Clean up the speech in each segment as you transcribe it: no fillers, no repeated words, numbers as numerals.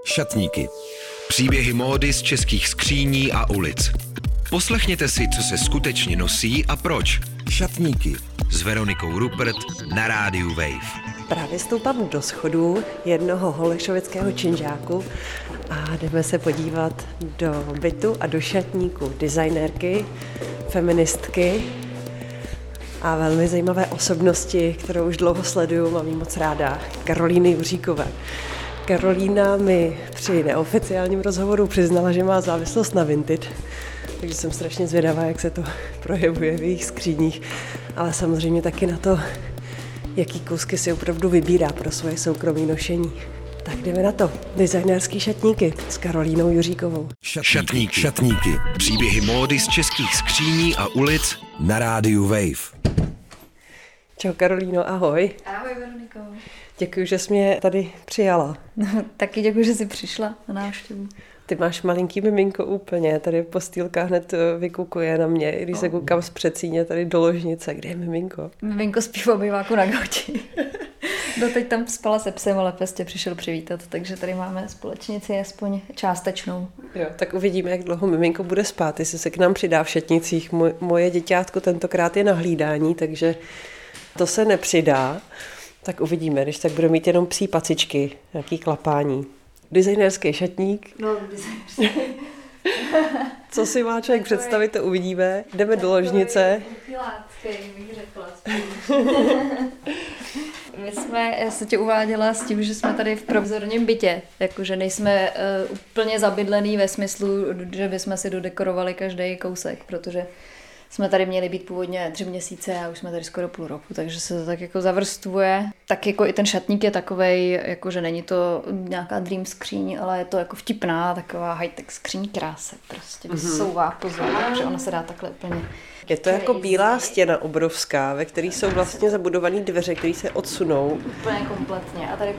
Šatníky. Příběhy módy z českých skříní a ulic. Poslechněte si, co se skutečně nosí a proč. Šatníky s Veronikou Rupert na rádiu Wave. Právě stoupám do schodů jednoho holešovického činžáku a jdeme se podívat do bytu a do šatníku designérky, feministky a velmi zajímavé osobnosti, kterou už dlouho sleduju, mám ji moc ráda, Karolíny Juříkové. Karolína mi při neoficiálním rozhovoru přiznala, že má závislost na Vinted, takže jsem strašně zvědavá, jak se to projevuje v jejich skříních, ale samozřejmě taky na to, jaký kousky si opravdu vybírá pro svoje soukromé nošení. Tak jdeme na to. Designérský šatníky s Karolínou Juříkovou. Šatníky. Příběhy módy z českých skříní a ulic na rádiu Wave. Čau Karolíno, ahoj. Ahoj Veroniko. Děkuji, že jsi mě tady přijala. Taky děkuji, že jsi přišla na návštěvu. Ty máš malinký miminko úplně, tady postýlka hned vykukuje na mě, když se koukám z předsíně tady do ložnice. Kde je miminko? Miminko spí v obýváku na gauči. Doteď tam spala se psem, ale pes tě přišel přivítat, takže tady máme společnici aspoň částečnou. Jo, tak uvidíme, jak dlouho miminko bude spát, jestli se k nám přidá v šatnicích. Moje děťátko tentokrát je na hlídání, takže to se nepřidá. Tak uvidíme, když tak bude mít jenom psí pacičky, nějaký klapání. Designérský šatník. No, designérský. Co si má člověk představit, to uvidíme. Jdeme do ložnice. Bych řekla. Já se tě uváděla s tím, že jsme tady v provizorním bytě, jakože nejsme úplně zabydlený ve smyslu, že bychom si dodekorovali každý kousek, protože jsme tady měli být původně 3 měsíce a už jsme tady skoro půl roku, takže se to tak jako zavrstvuje. Tak jako i ten šatník je takovej, jakože není to nějaká dream skříň, ale je to jako vtipná, taková high-tech skříň krásy, prostě vysouvá pozor, takže ona se dá takhle úplně. Je to jako bílá stěna obrovská, ve které jsou vlastně zabudované dveře, které se odsunou. Úplně kompletně. A tady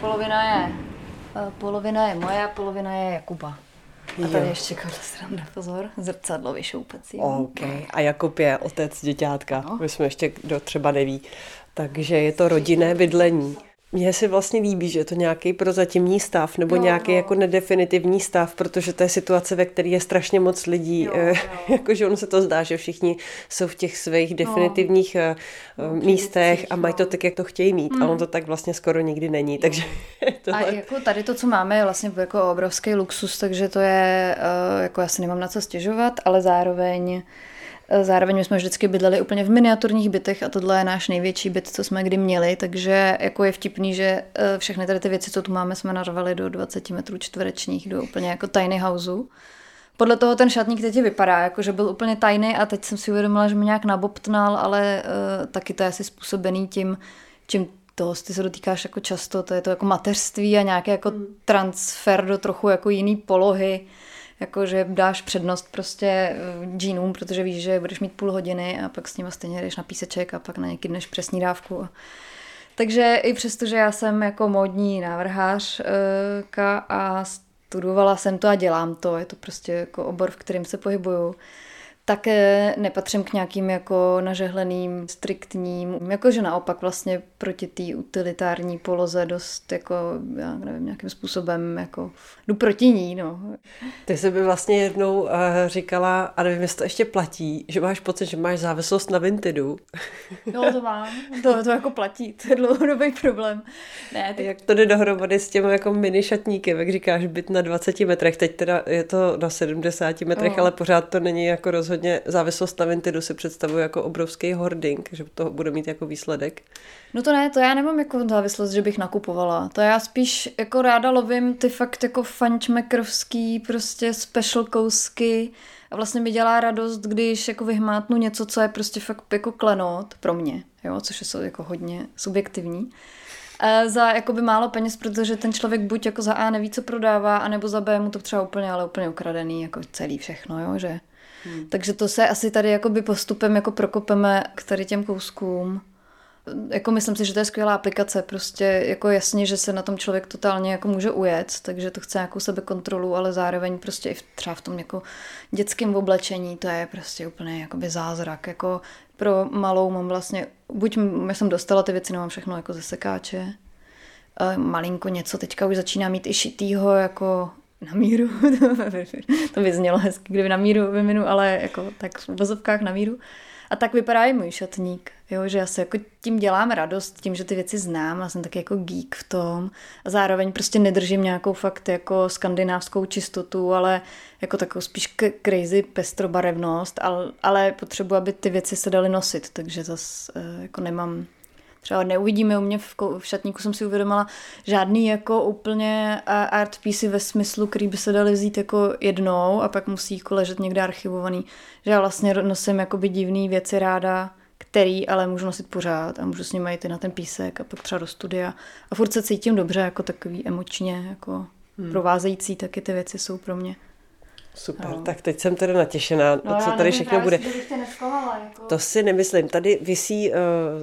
polovina je moje a polovina je Jakuba. A tady ještě sranda, pozor, zrcadlo vyšoupací. OK. A Jakub je otec děťátka, no. My jsme ještě kdo třeba neví. Takže je to rodinné bydlení. Mně se vlastně líbí, že je to nějaký prozatímní stav nebo nějaký jako nedefinitivní stav, protože to je situace, ve které je strašně moc lidí. Jakože ono se to zdá, že všichni jsou v těch svých definitivních místech a mají to tak, jak to chtějí mít. A on to tak vlastně skoro nikdy není. Takže a jako tady to, co máme, je vlastně jako obrovský luxus, takže to je, jako já si nemám na co stěžovat, ale zároveň my jsme vždycky bydleli úplně v miniaturních bytech a tohle je náš největší byt, co jsme kdy měli, takže jako je vtipný, že všechny tady ty věci, co tu máme, jsme narvali do 20 metrů čtverečních, do úplně jako tiny houseu. Podle toho ten šatník teď vypadá, jako že byl úplně tajný a teď jsem si uvědomila, že mě nějak nabobtnal, ale taky to je asi způsobený tím, čím toho ty se dotýkáš jako často, to je to jako mateřství a nějaký jako transfer do trochu jako jiný polohy, jakože dáš přednost prostě džínům, protože víš, že budeš mít půl hodiny a pak s nima stejně jdeš na píseček a pak na někdy dneš přes snídávku. Takže i přesto, že já jsem jako módní návrhářka a studovala jsem to a dělám to, je to prostě jako obor, v kterém se pohybuju, tak nepatřím k nějakým jako nažehleným, striktním, jakože naopak vlastně proti té utilitární poloze dost jako, já nevím, nějakým způsobem jako jdu proti ní, no. Ty jsi by vlastně jednou říkala, a nevím, jestli to ještě platí, že máš pocit, že máš závislost na Vintedu. No to mám, to jako platí, to je dlouhodobý problém. Ne, ty... Jak to jde dohromady s těmi jako mini šatníky, jak říkáš, byt na 20 metrech, teď teda je to na 70 metrech, ale pořád to není jako rozhodně závislost na Vintedu si představuji jako obrovský hoarding, že to bude mít jako výsledek. No to ne, to já nemám jako závislost, že bych nakupovala. To já spíš jako ráda lovím ty fakt jako fančmekrovský prostě special kousky a vlastně mi dělá radost, když jako vyhmátnu něco, co je prostě fakt jako klenot pro mě, jo, což je jako hodně subjektivní. Za jakoby málo peněz, protože ten člověk buď jako za A neví, co prodává, anebo za B mu to třeba úplně ukradený, jako celý všechno, jo, že... Takže to se asi tady jakoby postupem jako prokopeme k tady těm kouskům. Jako myslím si, že to je skvělá aplikace, prostě jako jasně, že se na tom člověk totálně jako může ujet, takže to chce nějakou sebekontrolu, ale zároveň prostě i třeba v tom jako dětském oblečení, to je prostě úplně jakoby zázrak, jako pro malou mám vlastně, buď jsem dostala ty věci, nemám všechno jako ze sekáče, malinko něco, teďka už začíná mít i šitýho jako na míru, to by znělo hezky, kdyby na míru vyminu, ale jako tak v vozovkách na míru. A tak vypadá i můj šatník, jo, že já se jako tím dělám radost, tím, že ty věci znám, já jsem taky jako geek v tom a zároveň prostě nedržím nějakou fakt jako skandinávskou čistotu, ale jako takovou spíš crazy pestrobarevnost, ale potřebuji, aby ty věci se daly nosit, takže zase jako nemám, třeba neuvidíme u mě v šatníku, jsem si uvědomila, žádný jako úplně art piece ve smyslu, který by se daly vzít jako jednou a pak musí jako ležet někde archivovaný. Že já vlastně nosím jakoby divný věci ráda, který ale můžu nosit pořád a můžu s nimi jít na ten písek a pak třeba do studia. A furt se cítím dobře, jako takový emočně jako provázející, taky ty věci jsou pro mě. Super, no. Tak teď jsem teda natěšená, co tady všechno bude. Jako. To si nemyslím, tady visí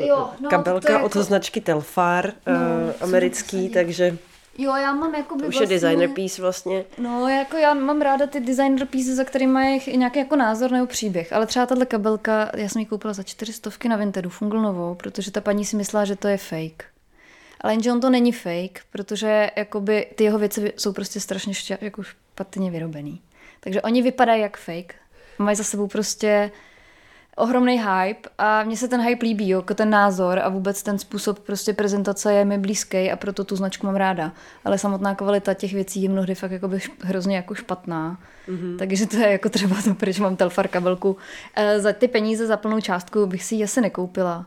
kabelka od značky Telfar, americký, takže jo, já mám jakoby to už je designer piece vlastně. No, jako já mám ráda ty designer pieces, za kterými mají nějaký jako názor nebo příběh, ale třeba tahle kabelka, já jsem ji koupila za 400 na Vintedu, funglnovou, protože ta paní si myslela, že to je fake. Ale jenže on to není fake, protože jakoby ty jeho věci jsou prostě strašně jako špatně vyrobený. Takže oni vypadají jak fake. Mají za sebou prostě ohromný hype a mně se ten hype líbí, jako ten názor a vůbec ten způsob prostě prezentace je mi blízký a proto tu značku mám ráda. Ale samotná kvalita těch věcí je mnohdy fakt jako hrozně jako špatná. Mm-hmm. Takže to je jako třeba to, proč mám Telfar kabelku. Za ty peníze za plnou částku bych si ji asi nekoupila.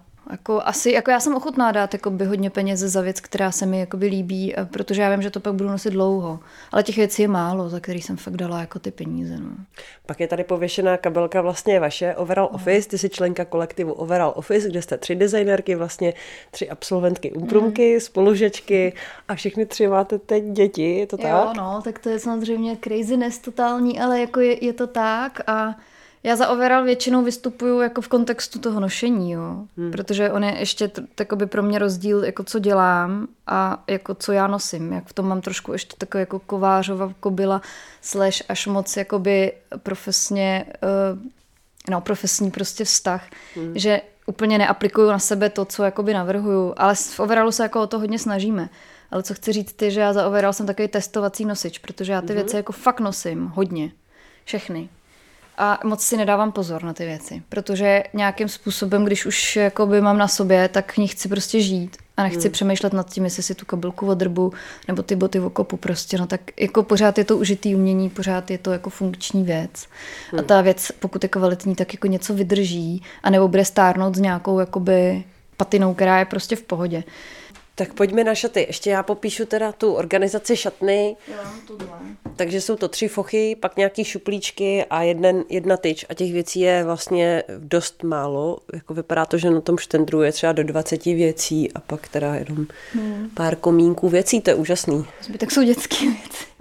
Jako já jsem ochotná dát jakoby hodně peněz za věc, která se mi jakoby líbí, protože já vím, že to pak budu nosit dlouho. Ale těch věcí je málo, za který jsem fakt dala jako ty peníze. No. Pak je tady pověšená kabelka vlastně vaše, Overall Office, ty jsi členka kolektivu Overall Office, kde jste 3 designerky, vlastně 3 absolventky umprumky, spolužečky a všechny 3 máte teď děti, je to tak? Jo, no, tak to je samozřejmě craziness totální, ale jako je to tak a já za Overall většinou vystupuju jako v kontextu toho nošení, jo. Protože on je ještě takový pro mě rozdíl, jako co dělám a jako co já nosím. Jak v tom mám trošku ještě takový jako kovářova kobyla / až moc jakoby profesní prostě vztah, že úplně neaplikuju na sebe to, co jakoby navrhuju, ale v Overallu se jako o to hodně snažíme. Ale co chci říct je, že já za Overall jsem takový testovací nosič, protože já ty věci jako fakt nosím hodně. Všechny. A moc si nedávám pozor na ty věci, protože nějakým způsobem, když už jakoby mám na sobě, tak v ní chci prostě žít a nechci přemýšlet nad tím, jestli si tu kabelku odrbu nebo ty boty okopu prostě, no tak jako pořád je to užitý umění, pořád je to jako funkční věc a ta věc, pokud je kvalitní, tak jako něco vydrží a nebo bude stárnout s nějakou jakoby patinou, která je prostě v pohodě. Tak pojďme na šaty. Ještě já popíšu teda tu organizaci šatny. Jo, tohle. Takže jsou to 3 fochy, pak nějaký šuplíčky a jedna tyč. A těch věcí je vlastně dost málo. Jako vypadá to, že na tom štendru je třeba do 20 věcí a pak teda jenom pár komínků věcí. To je úžasný. Zbytek jsou dětské věci.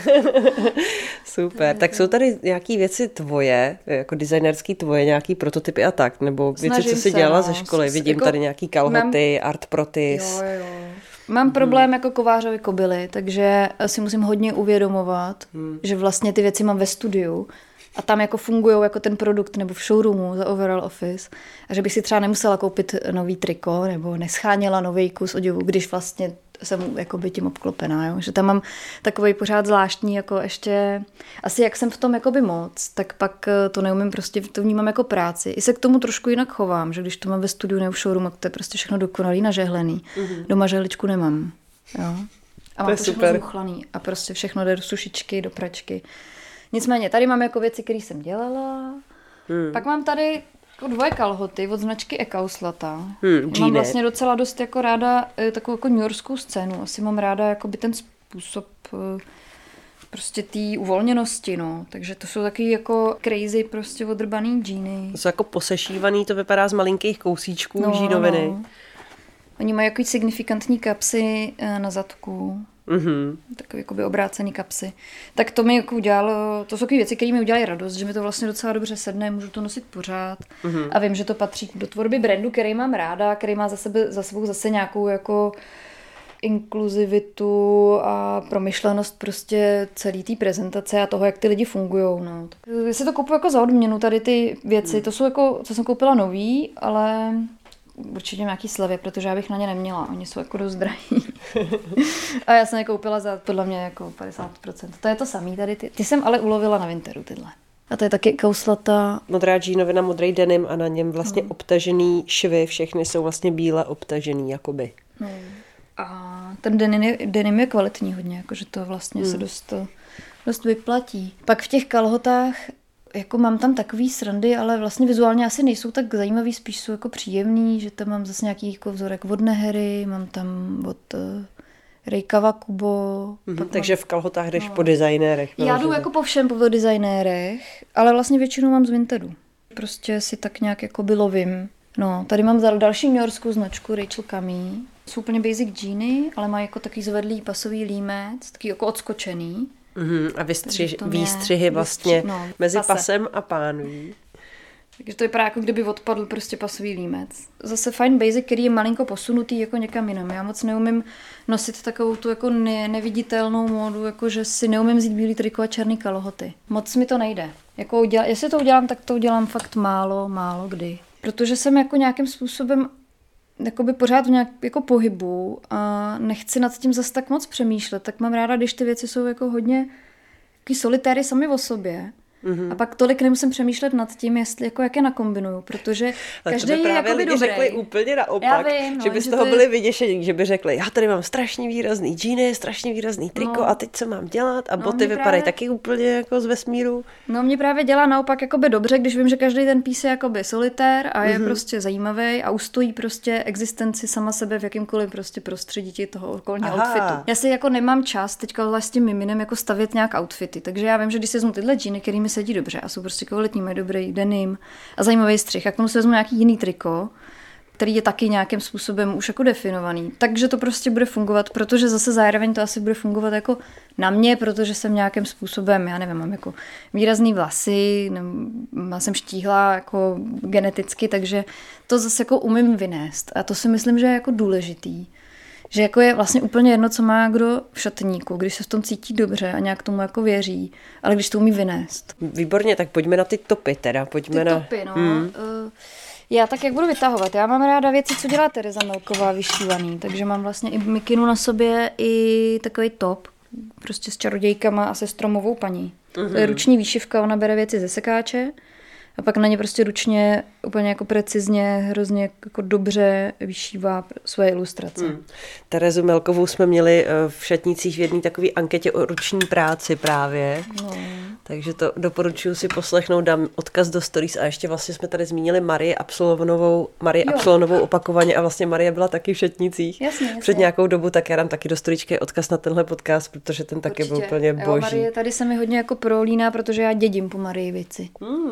Super. Tak jsou tady nějaký věci tvoje, jako designerský tvoje, nějaký prototypy a tak, nebo věci, co jsi dělala ze školy. Vidím jako, tady nějaký kalhoty, art protis. Jo. Mám problém jako kovářovi kobyly, takže si musím hodně uvědomovat, že vlastně ty věci mám ve studiu a tam jako fungujou jako ten produkt nebo v showroomu za Overall Office a že bych si třeba nemusela koupit nový triko nebo nescháněla nový kus oděvu, když vlastně jsem jakoby tím obklopená, jo? Že tam mám takový pořád zvláštní, jako ještě, asi jak jsem v tom jakoby moc, tak pak to neumím prostě, to vnímám jako práci. I se k tomu trošku jinak chovám, že když to mám ve studiu nebo v showroomu, to je prostě všechno dokonalý, nažehlený. Doma žehličku nemám, jo. A mám to všechno zmuchlaný a prostě všechno jde do sušičky, do pračky. Nicméně, tady mám jako věci, které jsem dělala. Pak mám tady 2 kalhoty od značky Ekauslata. Mám vlastně docela dost jako ráda takovou jako newyorskou scénu. Asi mám ráda jakoby ten způsob prostě té uvolněnosti, no. Takže to jsou taky jako crazy prostě odrbaný džíny. To jsou jako posešívaný, to vypadá z malinkých kousíčků džínoviny. No. Oni mají jako signifikantní kapsy na zadku. Takový jakoby obrácený kapsy. Tak to mi jako udělalo, to jsou takové věci, které mi udělaly radost, že mi to vlastně docela dobře sedne, můžu to nosit pořád a vím, že to patří do tvorby brandu, který mám ráda, který má za sebou zase nějakou jako inkluzivitu a promyšlenost prostě celý té prezentace a toho, jak ty lidi fungujou. No. Já si to kupuju jako za odměnu, tady ty věci, to jsou jako, co jsem koupila nový, ale určitě nějaký slevy, protože já bych na ně neměla, oni jsou jako dost drahý. A já jsem je koupila za podle mě jako 50%. To je to samý tady. Ty jsem ale ulovila na Vinteru tyhle. A to je taky kouslatá. Modrá džínovina, modrý denim a na něm vlastně obtažený švy, všechny jsou vlastně bíle obtažený, jakoby. No. A ten denim je kvalitní hodně, jakože to vlastně se dost vyplatí. Pak v těch kalhotách jako mám tam takový srandy, ale vlastně vizuálně asi nejsou tak zajímavý, spíš jsou jako příjemný, že tam mám zase nějaký jako vzorek od Nehery, mám tam od Rei Kawakubo. Takže v kalhotách jdeš po designérech. Já jdu jako po všem po designérech, ale vlastně většinou mám z Vinteru. Prostě si tak nějak jako lovím. No, tady mám další newyorskou značku Rachel Camille. Jsou úplně basic džíny, ale mají jako takový zvedlý pasový límec, taky jako odskočený. A výstřihy vlastně mezi pasem a pánví. Takže to vypadá, jako kdyby odpadl prostě pasový límec. Zase fine basic, který je malinko posunutý jako někam jinam. Já moc neumím nosit takovou tu jako neviditelnou módu, jako že si neumím vzít bílý triko a černý kalhoty. Moc mi to nejde. Jako jestli to udělám, tak to udělám fakt málo kdy. Protože jsem jako nějakým způsobem jakoby pořád v nějak jako pohybu a nechci nad tím zase tak moc přemýšlet, tak mám ráda, když ty věci jsou jako hodně solitéry sami o sobě. A pak tolik nemusím přemýšlet nad tím, jestli jako jak je nakombinuju, protože každý je jakoby dobrý. Řekli úplně naopak, že by z toho byli vyděšení, že by řekli, já tady mám strašně výrazný džíny, strašně výrazný triko a teď co mám dělat a boty vypadají taky úplně jako z vesmíru. No mě právě dělá naopak jakoby dobře, když vím, že každý ten pís je jakoby solitér a je prostě zajímavý a ustojí prostě existenci sama sebe v jakýmkoliv prostě prostředí toho okolního outfitu. Já si jako nemám čas teďka s tím miminem jako stavět nějak outfity, takže já vím, že když si vezmu tyhle džíny, kterými sedí dobře a jsou prostě kvalitní, mají dobrý denim a zajímavý střih. A k tomu si vezmu nějaký jiný triko, který je taky nějakým způsobem už jako definovaný. Takže to prostě bude fungovat, protože zase zároveň to asi bude fungovat jako na mě, protože jsem nějakým způsobem, já nevím, mám jako výrazný vlasy, jsem štíhlá jako geneticky, takže to zase jako umím vynést. A to si myslím, že je jako důležitý. Že jako je vlastně úplně jedno, co má kdo v šatníku, když se v tom cítí dobře a nějak tomu jako věří, ale když to umí vynést. Výborně, tak pojďme na ty topy teda. Topy, no. Já tak jak budu vytahovat. Já mám ráda věci, co dělá Tereza Melková vyšívaný, takže mám vlastně i mikinu na sobě, i takový top, prostě s čarodějkama a se stromovou paní. To je ruční výšivka, ona bere věci ze sekáče a pak na ně prostě ručně úplně jako precizně, hrozně jako dobře vyšívá svoje ilustrace. Terezu Melkovou jsme měli v Šatnících v jedné takové anketě o ruční práci právě. No. Takže to doporučuji si poslechnout, dám odkaz do stories a ještě vlastně jsme tady zmínili Marii Absolonovou opakovaně a vlastně Marie byla taky v Šatnicích před nějakou dobu, tak já dám taky do storičky odkaz na tenhle podcast, protože ten taky byl úplně boží. Jo, Marie tady se mi hodně jako prolíná, protože já dědím po Marii věci.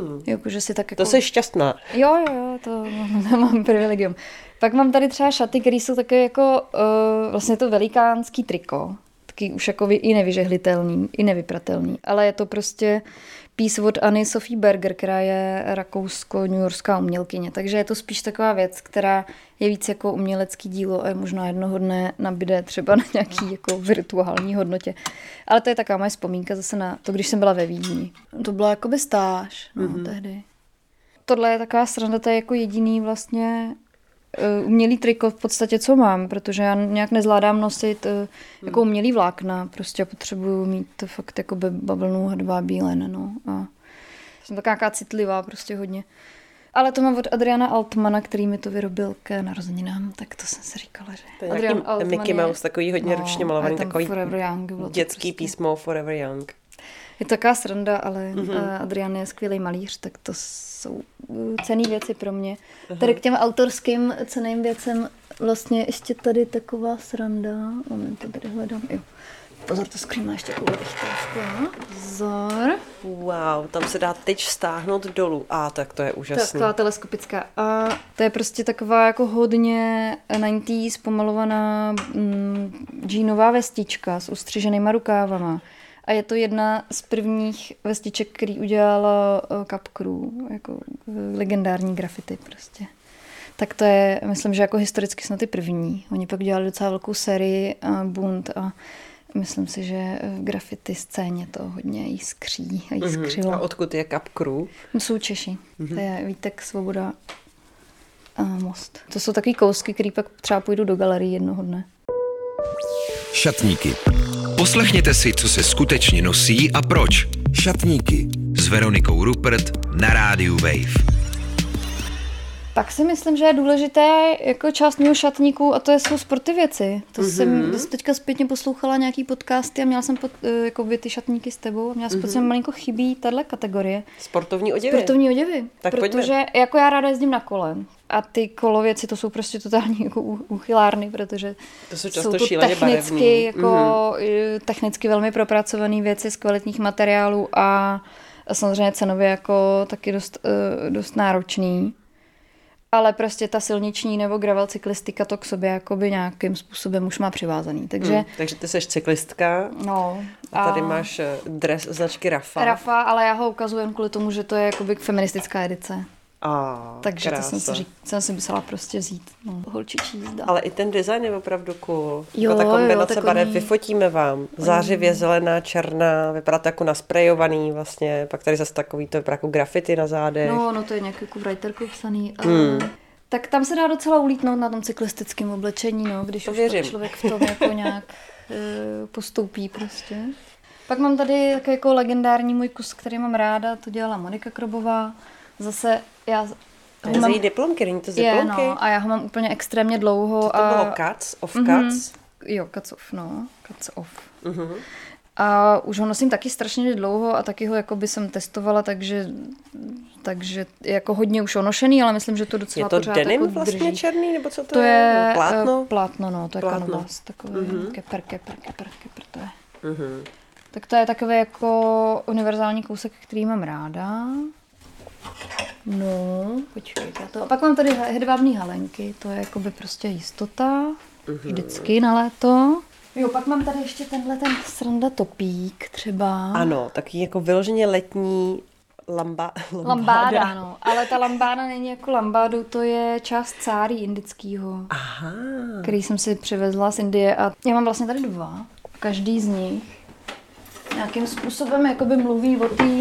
Že si tak jako... To jsi šťastná. Jo, to mám privilegium. Pak mám tady třeba šaty, které jsou také jako vlastně to velikánský triko. Taky už jako i nevyžehlitelný, i nevypratelný. Ale je to prostě piece od Anny Sophie Berger, která je rakousko-newyorská umělkyně. Takže je to spíš taková věc, která je víc jako umělecký dílo a je možná jednoho dne nabíde třeba na nějaký jako virtuální hodnotě. Ale to je taková moje vzpomínka zase na to, když jsem byla ve Vídni. To byla jakoby stáž tehdy. Tohle je taková sranda, to je jako jediný vlastně umělý triko v podstatě, co mám, protože já nějak nezvládám nosit jako umělý vlákna, prostě potřebuju mít to fakt jako bavlnu hedvá bílen, no. A jsem taková nějaká citlivá prostě hodně. Ale to mám od Adriana Altmana, který mi to vyrobil k narozeninám, tak to jsem si říkala, že... To je Adrian Altman Mickey Mouse, takový hodně ručně malovaný, takový dětský prostě písmo Forever Young. Je to taková sranda, ale Adrian je skvělý malíř, tak to jsou cenný věci pro mě. Tady k těm autorským cenným věcem vlastně ještě tady taková sranda. Moment, to tady hledám. Jo. Pozor, to skrýmá ještě takovou lichtovku. Pozor. Wow, tam se dá tyč stáhnout dolů. Tak to je úžasný. Taková teleskopická. A to je prostě taková jako hodně 90s pomalovaná džínová vestička s ustřiženýma rukávama. A je to jedna z prvních vestiček, který udělala Cap Crew, jako legendární grafity prostě. Tak to je, myslím, že jako historicky snad i první. Oni pak dělali docela velkou sérii Bund a myslím si, že v graffiti scéně to hodně jiskří a jiskřilo. A odkud je Cap Crew? Jsou Češi. To je Vítek, Svoboda a Most. To jsou takový kousky, který pak třeba půjdu do galerii jednoho dne. Šatníky. Poslechněte si, co se skutečně nosí a proč. Šatníky s Veronikou Rupert na rádiu Wave. Pak si myslím, že je důležité jako část mého šatníku a to jsou sporty věci. To jsem teďka zpětně poslouchala nějaký podcasty a měla jsem jako ty šatníky s tebou a měla jsem pocit, že malinko chybí tahle kategorie. Sportovní oděvy. Tak protože jako já ráda jezdím na kole a ty kolověci to jsou prostě totální jako úchylárny, protože to jsou často to technicky, jako technicky velmi propracované věci z kvalitních materiálů a samozřejmě cenově jako taky dost náročný. Ale prostě ta silniční nebo gravel cyklistika to k sobě jakoby nějakým způsobem už má přivázaný. Takže ty seš cyklistka. No. A tady máš dres značky Rafa. Rafa, ale já ho ukazuji jen kvůli tomu, že to je jakoby feministická edice. Takže krása. To jsem si musela prostě vzít. No, holčičí jízda. Ale i ten design je opravdu cool. Jo, ta kombinace takový... barev, vyfotíme vám. Zářivě zelená, černá, vypadá to jako nasprejovaný vlastně. Pak tady zase takový, to vypadá jako graffiti na zádech. No, to je nějaký jako writerkou psaný. Tak tam se dá docela ulítnout na tom cyklistickém oblečení, no, když to už člověk v tom jako nějak postoupí prostě. Pak mám tady takový jako legendární můj kus, který mám ráda, to dělala Monika Krobová. Zase já... To je její diplomky, není to z diplomky? No, a já ho mám úplně extrémně dlouho. To bylo Cuts of Cuts? Jo, Cuts off. A už ho nosím taky strašně dlouho a taky ho jakoby jsem testovala, takže jako hodně už onošený, ale myslím, že to docela pořád jako drží. Je to denim vlastně černý, nebo co to je? Plátno? Plátno, no, to je kanvas, takový keper, to je. Tak to je takový jako univerzální kousek, který mám ráda. No, počkejte to. A pak mám tady hedvábný halenky, to je jakoby prostě jistota, vždycky na léto. Jo, pak mám tady ještě ten sranda topík třeba. Ano, taky jako vyloženě letní lambáda, no. Ale ta lambáda není jako lambádu, to je část cáry indickýho. Aha. Který jsem si přivezla z Indie a já mám vlastně tady 2. Každý z nich nějakým způsobem jakoby mluví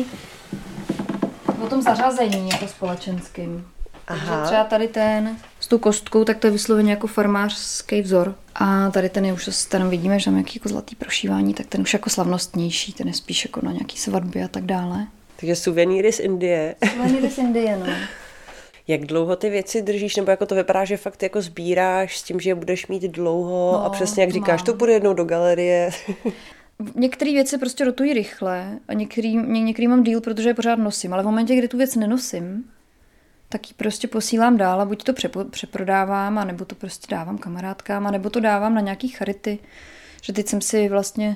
o tom zařazení jako společenským. Takže třeba tady ten s tou kostkou, tak to je vysloveně jako farmářský vzor. A tady ten je už, tam vidíme, že tam nějaký jako zlatý prošívání, tak ten už jako slavnostnější, ten je spíš jako na nějaký svatby a tak dále. Takže suvenýry z Indie. Suvenýry z Indie, no. Jak dlouho ty věci držíš, nebo jako to vypadá, že fakt jako sbíráš s tím, že je budeš mít dlouho a přesně jak říkáš, to půjde jednou do galerie. Některé věci prostě rotují rychle a některý mám díl, protože je pořád nosím, ale v momentě, kdy tu věc nenosím, tak ji prostě posílám dál a buď to přeprodávám, anebo to prostě dávám kamarádkám, anebo to dávám na nějaký charity. Že teď jsem si vlastně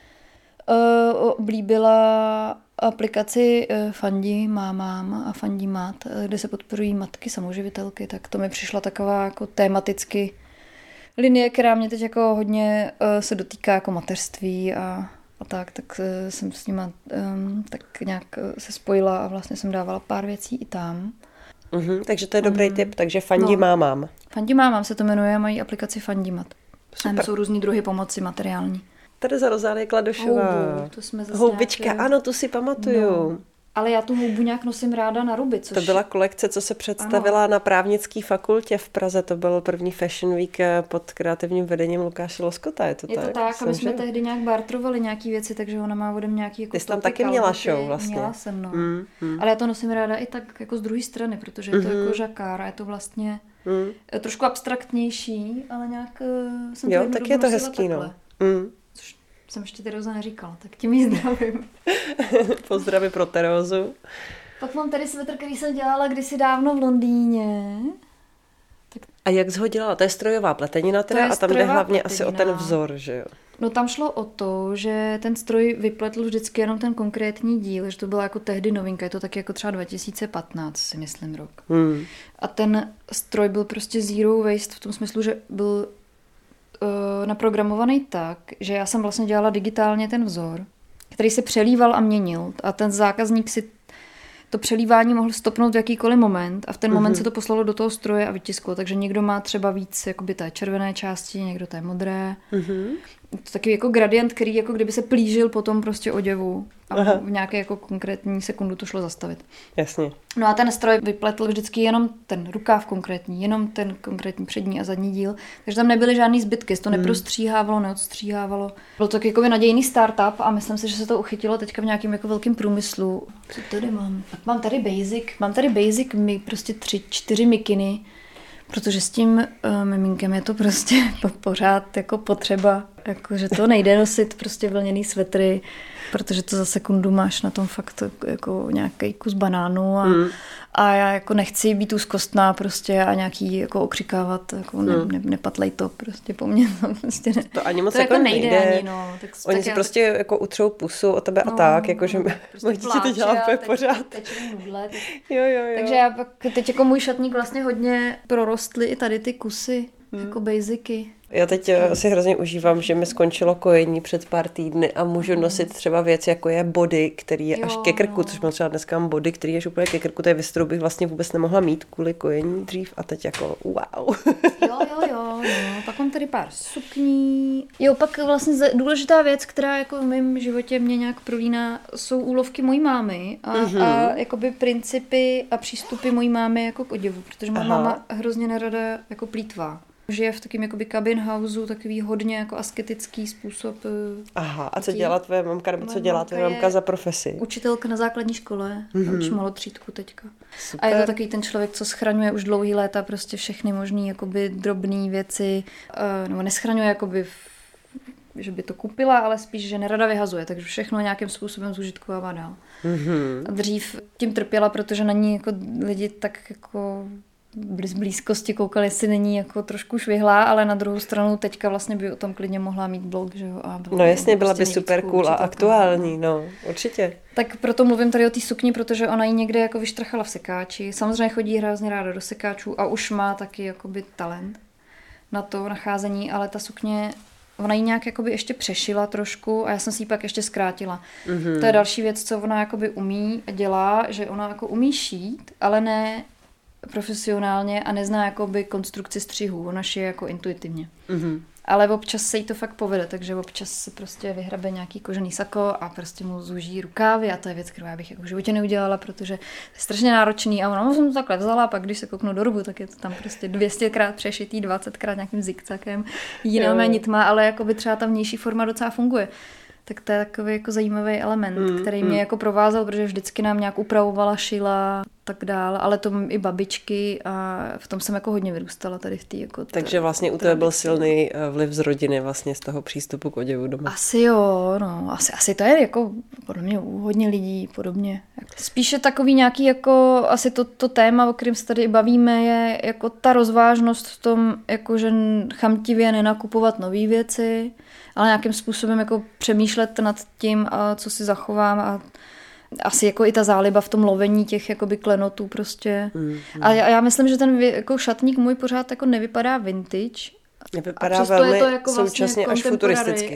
oblíbila aplikaci Fandi Mámám a Fandi Mat, kde se podporují matky samoživitelky, tak to mi přišla taková jako tematicky linie, která mě teď jako hodně se dotýká jako mateřství a tak jsem s nima tak nějak se spojila a vlastně jsem dávala pár věcí i tam. Takže to je dobrý tip, takže Fandi Mámám. Fandi Mámám se to jmenuje, mají aplikaci Fandi Mat. Tam jsou různý druhy pomoci materiální. Tereza Rozálie Kladošová. Houbička, ano, tu si pamatuju. No. Ale já tu houbu nějak nosím ráda na ruby. To byla kolekce, co se představila na právnické fakultě v Praze. To byl první Fashion Week pod kreativním vedením Lukáše Loskota. Je to tak? A my jsme tehdy nějak bartrovali nějaký věci, takže ona má ode mě nějaký jako ty jsi tam taky měla show vlastně. Měla jsem, no. Ale já to nosím ráda i tak jako z druhé strany, protože je to jako žakár a je to vlastně trošku abstraktnější, ale nějak jsem to tak je to hezký, takhle. Což jsem ještě Teroza neříkala, tak tím jí zdravím. Pozdraví pro Terozu. Pak mám tady svetr, který jsem dělala kdysi dávno v Londýně. Tak... A jak jsi ho dělala? To je strojová pletenina teda a tam jde hlavně asi o ten vzor, že jo? No tam šlo o to, že ten stroj vypletl vždycky jenom ten konkrétní díl, že to byla jako tehdy novinka, je to taky jako třeba 2015, si myslím, rok. A ten stroj byl prostě zero waste v tom smyslu, že byl naprogramovaný tak, že já jsem vlastně dělala digitálně ten vzor, který se přelíval a měnil a ten zákazník si to přelívání mohl stopnout v jakýkoliv moment a v ten moment se to poslalo do toho stroje a vytisklo, takže někdo má třeba víc jakoby té červené části, někdo té modré. takový jako gradient, který jako kdyby se plížil potom prostě oděvu a v nějaké jako konkrétní sekundu to šlo zastavit. Jasně. No a ten stroj vypletl vždycky jenom ten rukáv konkrétní, jenom ten konkrétní přední a zadní díl, takže tam nebyly žádný zbytky, to neprostříhávalo, neodstříhávalo. Byl to jako nadějný startup a myslím si, že se to uchytilo teďka v nějakém jako velkém průmyslu. Co tady mám? Mám tady basic, prostě 3-4 mikiny, protože s tím miminkem je to prostě pořád jako potřeba, jako, že to nejde nosit prostě vlněný svetry, protože to za sekundu máš na tom fakt jako nějaký kus banánu a já jako nechci být úzkostná prostě a nějaký jako okřikávat, jako nepatlej to prostě po mně. To, prostě ne. To ani moc to jako nejde. Ani, no. Tak, oni tak si prostě jako utřou pusu o tebe a tak, jakože prostě ti to dělá pořád. Jo. Takže já pak teď jako můj šatník vlastně hodně prorostly i tady ty kusy, jako basicy. Já teď si hrozně užívám, že mi skončilo kojení před pár týdny a můžu nosit třeba věc, jako je body, který je až ke krku, což mám třeba dneska mám body, který je až úplně ke krku, to je věc, kterou bych vlastně vůbec nemohla mít kvůli kojení dřív a teď jako wow. Jo, pak mám tady pár sukní. Jo, pak vlastně důležitá věc, která jako v mém životě mě nějak prolíná, jsou úlovky mojí mámy a jakoby principy a přístupy mojí mámy jako k oděvu, protože má máma hrozně nerada jako plýtvá. Žije v takým jakoby cabin houseu, takový hodně jako asketický způsob. Aha, a co dělá tvoje mamka, nebo co dělá tvoje mamka za profesi? Učitelka na základní škole, učí malotřídku teďka. Super. A je to takový ten člověk, co schraňuje už dlouhý léta prostě všechny možný jakoby drobné věci, nebo neschraňuje jakoby že by to kupila, ale spíš, že nerada vyhazuje, takže všechno nějakým způsobem zužitkovává dál. A dřív tím trpěla, protože na ní jako lidi tak jako z blízkosti koukali, jestli není jako trošku švihlá, ale na druhou stranu teďka vlastně by o tom klidně mohla mít blog, že jo. No jasně, byla by super cool a aktuální, no, určitě. Tak proto mluvím tady o té sukni, protože ona ji někde jako vyštrchala v sekáči. Samozřejmě chodí hrozně ráda do sekáčů a už má taky jakoby talent na to nacházení, ale ta sukně, ona ji nějak jakoby ještě přešila trošku a já jsem si ji pak ještě zkrátila. To je další věc, co ona jakoby umí a dělá, že ona jako umí šít, ale ne profesionálně a nezná jakoby konstrukci střihů, ona šije jako intuitivně. Ale občas se jí to fakt povede, takže občas se prostě vyhrabe nějaký kožený sako a prostě mu zúží rukávy a to je věc, kterou já bych jako v životě neudělala, protože je strašně náročný a ona jsem to takhle vzala a pak když se kouknu do rubu, tak je to tam prostě 200krát přešitý, 20krát nějakým zigzagem, jinými nitma, ale jakoby třeba ta vnější forma docela funguje. Tak to je takový jako zajímavý element, který mě jako provázel, protože vždycky nám nějak upravovala, šila, tak dál, ale to i babičky a v tom jsem jako hodně vyrůstala tady v té jako... Takže vlastně u tebe byl silný vliv z rodiny vlastně z toho přístupu k oděvu doma. Asi jo, no, asi to je jako podle mě u hodně lidí podobně. Spíše takový nějaký jako asi to téma, o kterém se tady bavíme, je jako ta rozvážnost v tom, jako že chamtivě nenakupovat nové věci, ale nějakým způsobem jako přemýšlet nad tím, a co si zachovám a asi jako i ta záliba v tom lovení těch jakoby klenotů prostě. A já myslím, že ten jako šatník můj pořád jako nevypadá vintage. Nevypadá velmi to jako současně vlastně až futuristicky.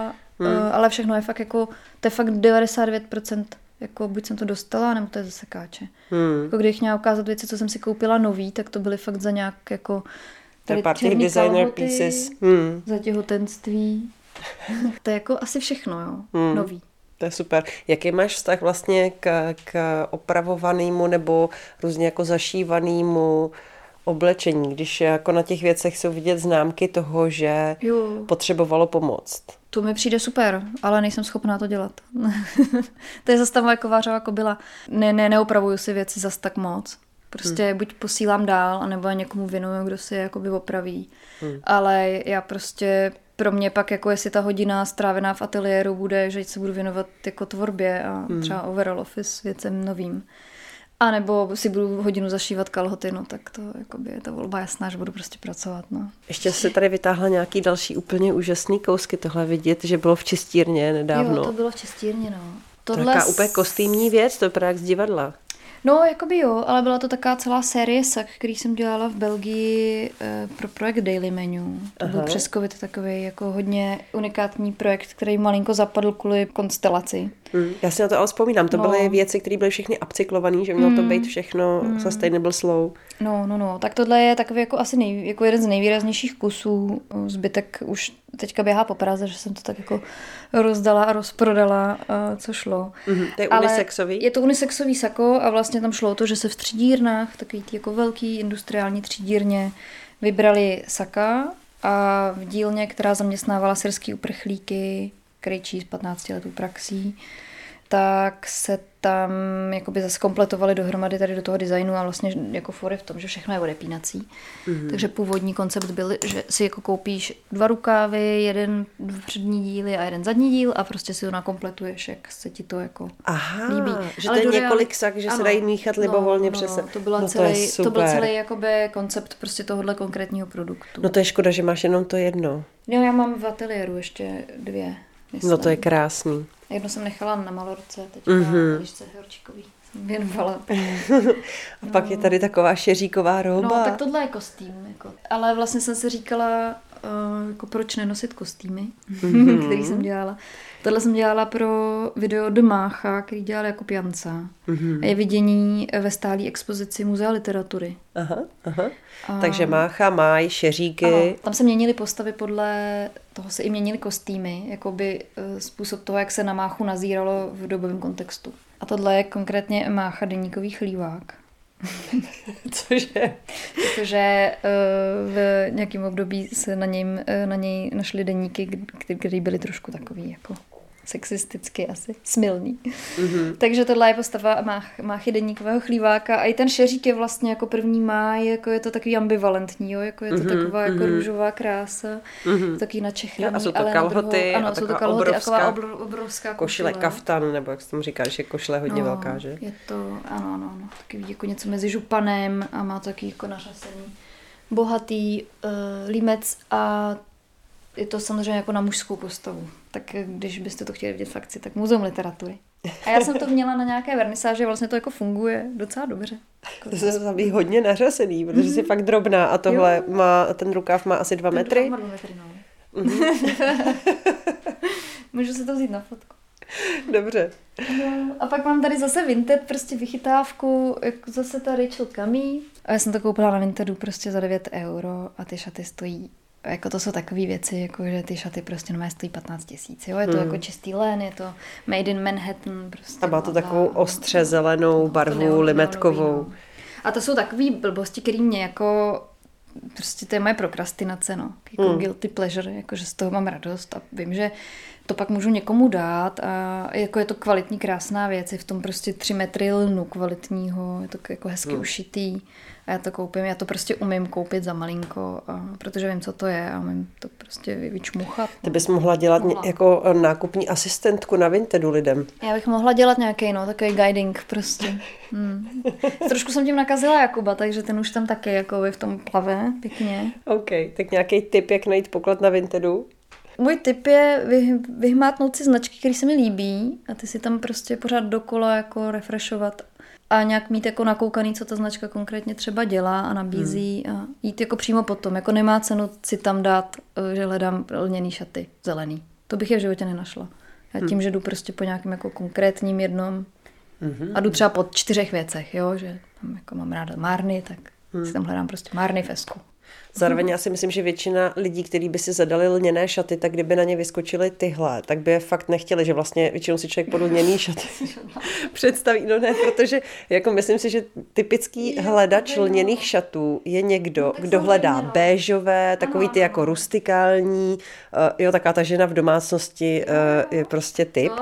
Ale všechno je fakt jako, to je fakt 99%. Jako buď jsem to dostala, nebo to je ze sekáče. Jako když měla ukázat věci, co jsem si koupila nový, tak to byly fakt za nějak jako tady těch designer pieces. Za těhotenství. To je jako asi všechno, jo. Nový. To je super. Jaký máš vztah vlastně k opravovanému nebo různě jako zašívanému oblečení, když jako na těch věcech jsou vidět známky toho, že potřebovalo pomoct? To mi přijde super, ale nejsem schopná to dělat. To je zase tam jako kovářová kobila. Neopravuju si věci zas tak moc. Prostě buď posílám dál, anebo někomu věnuju, kdo si je jakoby opraví. Ale já prostě pro mě pak, jako jestli ta hodina strávená v ateliéru bude, že se budu věnovat jako tvorbě a třeba overall office věcem novým. A nebo si budu hodinu zašívat kalhoty, no tak to jakoby je ta volba jasná, že budu prostě pracovat, no. Ještě se tady vytáhla nějaký další úplně úžasný kousky, tohle vidět, že bylo v čistírně nedávno. Jo, to bylo v čistírně, no. Tohle taká úplně kostýmní věc, to vypadá jak z divadla. No, jakoby jo, ale byla to taková celá série sak, který jsem dělala v Belgii pro projekt Daily Menu. To byl přes COVID takový jako hodně unikátní projekt, který malinko zapadl kvůli konstelaci. Já si na to ale vzpomínám, to byly věci, které byly všechny upcyklované, že mělo to být všechno sustainable slow. No, tak tohle je takový jako asi jako jeden z nejvýraznějších kusů. Zbytek už teďka běhá po Praze, že jsem to tak jako rozdala a rozprodala, co šlo. To je unisexový? Je to unisexový sako a vlastně tam šlo o to, že se v třídírnách, takový ty jako velký industriální třídírně, vybrali saka a v dílně, která zaměstnávala syrský uprchlíky, krejčí s 15 letou praxí, tak se tam jakoby zase kompletovali dohromady tady do toho designu a vlastně jako fory v tom, že všechno je odepínací. Takže původní koncept byl, že si jako koupíš 2 rukávy, jeden přední díly a jeden zadní díl a prostě si to nakompletuješ, jak se ti to jako líbí. Že ale to je několik sak, že se dají míchat libovolně přes se. To byl celý jakoby koncept prostě tohohle konkrétního produktu. No to je škoda, že máš jenom to jedno. No já mám v ateliéru ještě 2. Myslím. No to je krásný. Jedno jsem nechala na Malorce, teďka Lišce Horčíkový jsem věnovala. A pak je tady taková šeříková roba. No tak tohle je kostým. Jako. Ale vlastně jsem si říkala, jako proč nenosit kostýmy, který jsem dělala. Tohle jsem dělala pro video od Mácha, který dělal Jakub Janca. A je vidění ve stálé expozici Muzea literatury. Aha. Takže Mácha, Máj, šeříky. Ano, tam se měnily postavy podle toho, se i měnily kostýmy, jakoby způsob toho, jak se na Máchu nazíralo v dobovém kontextu. A tohle je konkrétně Mácha deníkový chlívák. Cože? Protože v nějakém období se na něj našly deníky, které byly trošku takový jako sexisticky asi, smilný. Takže tohle je postava Máchy deníkového chlíváka a i ten šeřík je vlastně jako první máj, jako je to takový ambivalentní, jo? Jako je to taková jako růžová krása, taky načechraný. A jsou to kalhoty a jsou to kalhoty obrovská košile kaftan, nebo jak se tomu říká, že košile je hodně velká, že? Je to, ano, takový jako něco mezi županem a má taky jako nařasený bohatý límec a je to samozřejmě jako na mužskou postavu. Tak když byste to chtěli vidět v akci, tak Muzeum literatury. A já jsem to měla na nějaké vernisáži, vlastně to jako funguje docela dobře. To se zabí hodně nařasený, protože jsi fakt drobná a tohle má, ten rukáv má asi 2 metry. Má 2 metry, no. Můžu si to vzít na fotku. Dobře. A pak mám tady zase Vinted, prostě vychytávku, jako zase ta Rachel Camille. A já jsem to koupila na Vintedu prostě za 9 € a ty šaty stojí. Jako to jsou takové věci, jako že ty šaty prostě normálně stojí 15 000, jo? Je to jako čistý len, je to made in Manhattan. Prostě a má to takovou ostře zelenou barvu, limetkovou. No. A to jsou takové blbosti, které mě jako, prostě to je moje prokrastinace, no. Jako guilty pleasure, jako že z toho mám radost a vím, že to pak můžu někomu dát a jako je to kvalitní, krásná věc, je v tom prostě 3 metry lnu kvalitního, je to jako hezky ušitý. A já to koupím, já to prostě umím koupit za malinko, protože vím, co to je a umím to prostě vyčmuchat. Ty bys mohla dělat jako nákupní asistentku na Vintedu lidem. Já bych mohla dělat nějaký, takový guiding prostě. Trošku jsem tím nakazila Jakuba, takže ten už tam taky jako v tom plave pěkně. OK, tak nějaký tip, jak najít poklad na Vintedu? Můj tip je vyhmátnout si značky, které se mi líbí a ty si tam prostě pořád dokola jako refreshovat a nějak mít jako nakoukaný, co ta značka konkrétně třeba dělá a nabízí a jít jako přímo potom. Jako nemá cenu si tam dát, že hledám lněný šaty zelený. To bych je v životě nenašla. Já tím, že jdu prostě po nějakém jako konkrétním jednom a jdu třeba po 4 věcech, jo, že tam jako mám ráda márny, tak si tam hledám prostě márny fesku. Zároveň já si myslím, že většina lidí, kteří by si zadali lněné šaty, tak kdyby na ně vyskočily tyhle, tak by je fakt nechtěli, že vlastně většinou si člověk pod lněný šaty představí. No ne, protože jako myslím si, že typický hledač lněných šatů je někdo, kdo hledá béžové, takový ty jako rustikální, jo, taká ta žena v domácnosti je prostě typ.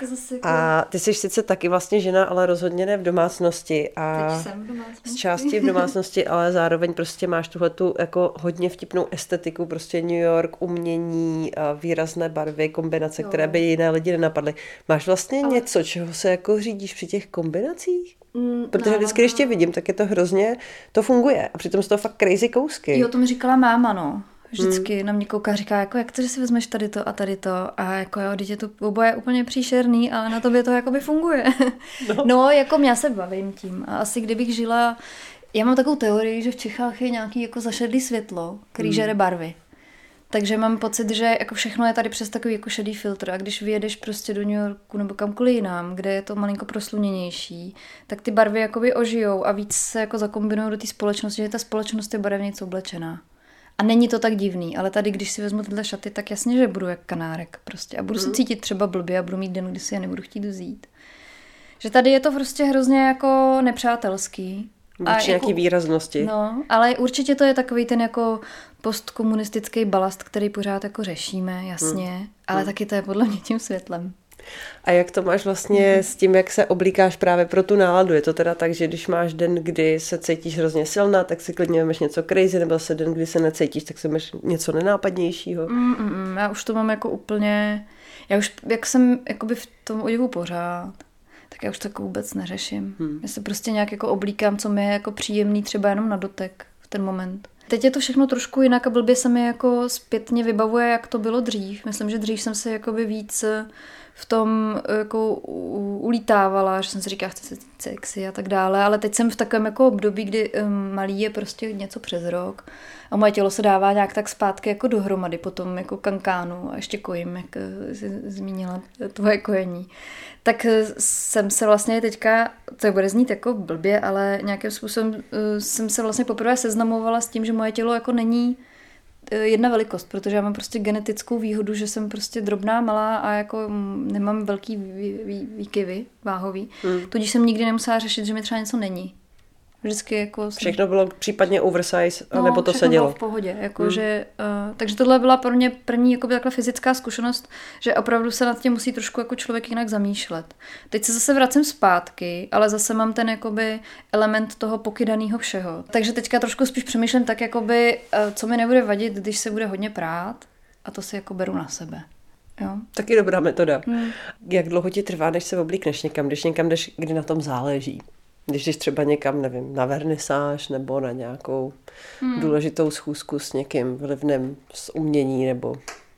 A ty jsi sice taky vlastně žena, ale rozhodně ne v domácnosti. A teď jsem v domácnosti. Z části v domácnosti, ale zároveň prostě máš tuhletu jako hodně vtipnou estetiku, prostě New York, umění, výrazné barvy, kombinace, které by jiné lidi nenapadly. Máš vlastně něco, čeho se jako řídíš při těch kombinacích? Protože vždycky, když tě vidím, tak je to hrozně, to funguje. A přitom jsou to fakt crazy kousky. Jo, to mi říkala máma, no. Vždycky na mě kouká, říká, jako, jak to, že si vezmeš tady to a tady to. A jako jo, dítě to oboje úplně příšerný, ale na tobě to jakoby funguje. No, jako já se bavím tím. A asi kdybych žila. Já mám takovou teorii, že v Čechách je nějaký jako zašedlý světlo, který žere barvy. Takže mám pocit, že jako všechno je tady přes takový jako šedý filtr a když vyjedeš prostě do New Yorku nebo kamkoliv jinam, kde je to malinko prosluněnější, tak ty barvy jakoby ožijou a víc se jako zakombinují do té společnosti, že ta společnost je barevnějc oblečená. A není to tak divný, ale tady, když si vezmu tyhle šaty, tak jasně, že budu jak kanárek prostě a budu se cítit třeba blbě a budu mít den, kdy si je nebudu chtít vzít. Že tady je to prostě hrozně jako nepřátelský. Vůči nějaký výraznosti. No, ale určitě to je takový ten jako postkomunistický balast, který pořád jako řešíme, jasně, ale taky to je podle mě tím světlem. A jak to máš vlastně s tím, jak se oblíkáš právě pro tu náladu? Je to teda tak, že když máš den, kdy se cítíš hrozně silná, tak si klidně vemeš něco crazy, nebo se den, kdy se necítíš, tak si vemeš něco nenápadnější? Já už to mám jako úplně, já už, jak jsem jakoby v tom oděvu pořád, tak já už to jako vůbec neřeším. Já se prostě nějak jako oblíkám, co mi je jako příjemný, třeba jenom na dotek v ten moment. Teď je to všechno trošku jinak a blbě se mi jako zpětně vybavuje, jak to bylo dřív. Myslím, že dřív jsem se jakoby víc v tom jako ulítávala, že jsem si říkala, chci se sexy a tak dále, ale teď jsem v takovém jako období, kdy malý je prostě něco přes rok a moje tělo se dává nějak tak zpátky jako dohromady po tom jako kankánu a ještě kojím, jak jsi zmínila tvoje kojení. Tak jsem se vlastně teďka, to bude znít jako blbě, ale nějakým způsobem jsem se vlastně poprvé seznamovala s tím, že moje tělo jako není jedna velikost, protože já mám prostě genetickou výhodu, že jsem prostě drobná, malá a jako nemám velký výkyvy váhový. Tudíž jsem nikdy nemusela řešit, že mi třeba něco není. Vždycky jako všechno bylo případně oversize, nebo to se dělo? Bylo v pohodě. Jako že, takže tohle byla pro mě první jako takhle fyzická zkušenost, že opravdu se nad tím musí trošku jako člověk jinak zamýšlet. Teď se zase vracím zpátky, ale zase mám ten jakoby element toho pokydaného všeho. Takže teďka trošku spíš přemýšlím tak, jakoby, co mi nebude vadit, když se bude hodně prát, a to si jako beru na sebe. Jo? Taky dobrá metoda. Jak dlouho ti trvá, než se oblíkneš někam, když někam jdeš, kdy na tom záleží? Když jdeš třeba někam, nevím, na vernisáž nebo na nějakou důležitou schůzku s někým vlivným z umění nebo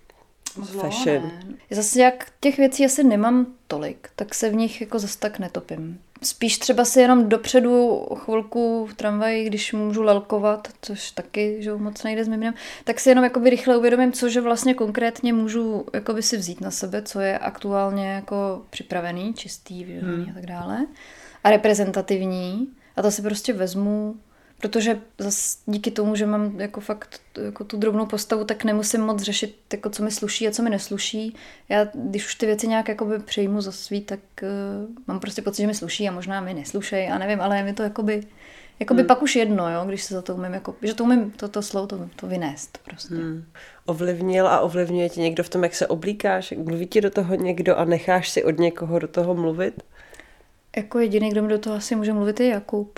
z fashion. Zase jak těch věcí asi nemám tolik, tak se v nich jako zase tak netopím. Spíš třeba si jenom dopředu chvilku v tramvaji, když můžu lelkovat, což taky že moc nejde s mým, tak si jenom jakoby rychle uvědomím, cože vlastně konkrétně můžu jakoby si vzít na sebe, co je aktuálně jako připravený, čistý, vyžený a tak dále. A reprezentativní a to si prostě vezmu, protože zase díky tomu, že mám jako fakt jako tu drobnou postavu, tak nemusím moc řešit, jako co mi sluší a co mi nesluší. Já, když už ty věci nějak jakoby přejmu za svý, tak mám prostě pocit, že mi sluší a možná mi neslušej a nevím, ale je mi to jakoby pak už jedno, jo, když se za to umím, jako, že to umím to slovo to vynést prostě. Ovlivnil a ovlivňuje tě někdo v tom, jak se oblíkáš? Mluví ti do toho někdo a necháš si od někoho do toho mluvit? Jako jediný, kdo mi do toho asi může mluvit, je Jakub.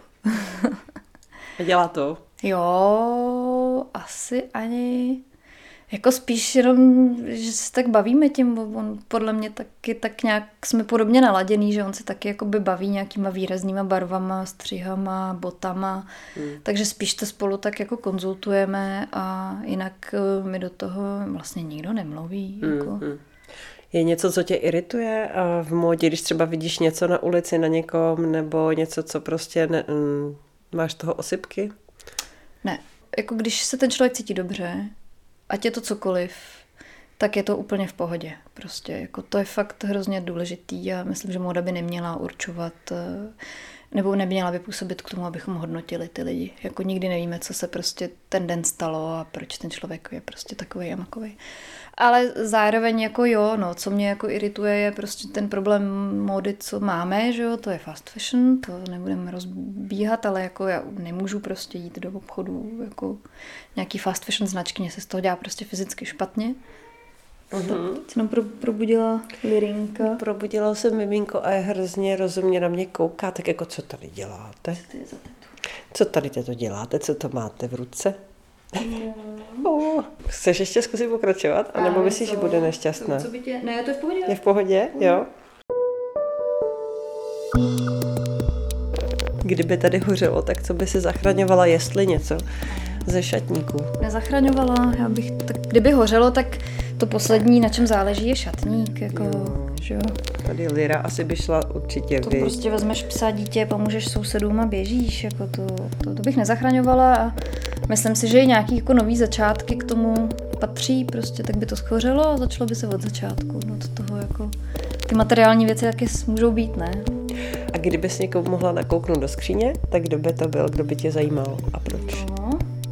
A dělá to? Jo, asi ani. Jako spíš jenom, že se tak bavíme tím, on podle mě taky tak nějak jsme podobně naladěný, že on se taky jakoby baví nějakýma výraznýma barvama, střihama, botama, takže spíš to spolu tak jako konzultujeme a jinak mi do toho vlastně nikdo nemluví. Jako. Je něco, co tě irituje v módě, když třeba vidíš něco na ulici na někom, nebo něco, co prostě máš toho osypky? Ne, jako když se ten člověk cítí dobře, ať je to cokoliv, tak je to úplně v pohodě. Prostě jako to je fakt hrozně důležitý a myslím, že móda by neměla určovat nebo neměla by působit k tomu, abychom hodnotili ty lidi. Jako nikdy nevíme, co se prostě ten den stalo a proč ten člověk je prostě takovej a makovej. Ale zároveň jako jo, no, co mě jako irituje, je prostě ten problém módy, co máme, že jo, to je fast fashion, to nebudeme rozbíhat, ale jako já nemůžu prostě jít do obchodu jako nějaký fast fashion značky, mě se z toho dělá prostě fyzicky špatně. Teď se nám probudila Lirinka. Probudila se miminko a je hrozně rozumně na mě kouká, tak jako co tady děláte? Co tady to děláte? Co to máte v ruce? Chceš ještě zkusit pokračovat? A nebo myslíš, že bude nešťastná? Ne, to je v pohodě. Je v pohodě? Jo. Kdyby tady hořelo, tak co by si zachraňovala, jestli něco ze šatníků? Nezachraňovala, kdyby hořelo, tak to poslední, na čem záleží, je šatník, jako, že jo. Tady Lira asi by šla určitě. To prostě vezmeš psa, dítě, pomůžeš sousedům a běžíš, jako to bych nezachraňovala a myslím si, že i nějaký jako nový začátky k tomu patří prostě, tak by to schořelo a začalo by se od začátku. No to toho jako, ty materiální věci taky můžou být, ne? A kdybys někomu mohla nakouknout do skříně, tak kdo by to byl, kdo by tě zajímal a proč? No.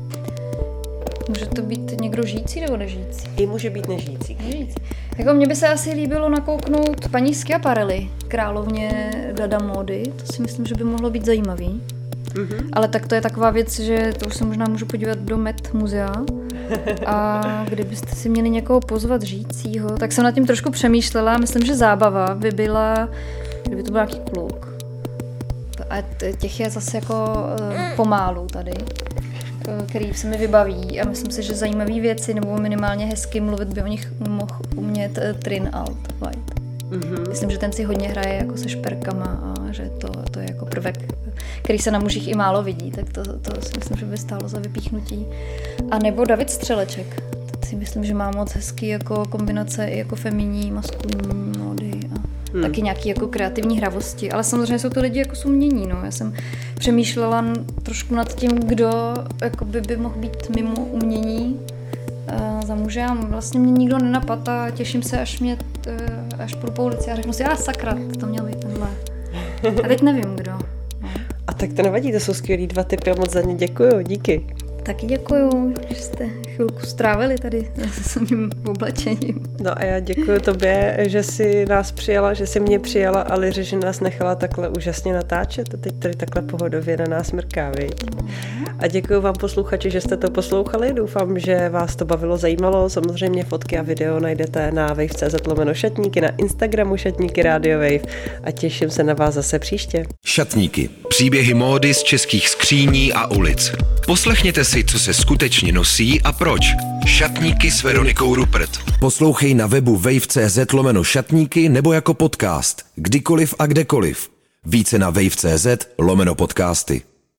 Může to být někdo žijící nebo nežijící? I může být nežijící. Jako mně by se asi líbilo nakouknout paní Schiaparelli, královně Dada módy. To si myslím, že by mohlo být zajímavý. Mm-hmm. Ale tak to je taková věc, že to už se možná můžu podívat do Met muzea. A kdybyste si měli někoho pozvat žijícího, tak jsem nad tím trošku přemýšlela. Myslím, že zábava by byla, kdyby to byl nějaký kluk. A těch je zase jako pomálu tady, který se mi vybaví a myslím si, že zajímavé věci nebo minimálně hezky mluvit by o nich mohl umět Trinh Alt-White. Mm-hmm. Myslím, že ten si hodně hraje jako se šperkama a že to je jako prvek, který se na mužích i málo vidí, tak to si myslím, že by stálo za vypíchnutí. A nebo David Střeleček. Tak si myslím, že má moc hezký jako kombinace i jako feminní, maskulinní módy a taky nějaký jako kreativní hravosti. Ale samozřejmě jsou to lidi jako sumění. No. Já jsem přemýšlela trošku nad tím, kdo jako by mohl být mimo umění za muže a vlastně mě nikdo nenapad a těším se, až půjdu po ulici a řeknu si, sakra, to měl být tenhle. A teď nevím, kdo. No. A tak to nevadí, to jsou skvělý 2 tipy a moc za ně děkuju, díky. Taky děkuju, že jste chvilku strávili tady s mým oblečením. No a já děkuju tobě, že jsi nás přijala, že jsi mě přijala a Liře, že nás nechala takhle úžasně natáčet a teď tady takhle pohodově na nás mrká, viď? A děkuju vám posluchači, že jste to poslouchali, doufám, že vás to bavilo, zajímalo, samozřejmě fotky a video najdete na wave.cz/šatníky, na Instagramu Šatníky Radio Wave a těším se na vás zase příště. Šatníky. Příběhy módy z českých skříní a ulic. Poslechněte si, co se skutečně nosí a proč. Šatníky s Veronikou Rupert. Poslouchej na webu wave.cz/šatníky nebo jako podcast. Kdykoliv a kdekoliv. Více na wave.cz/podcasty.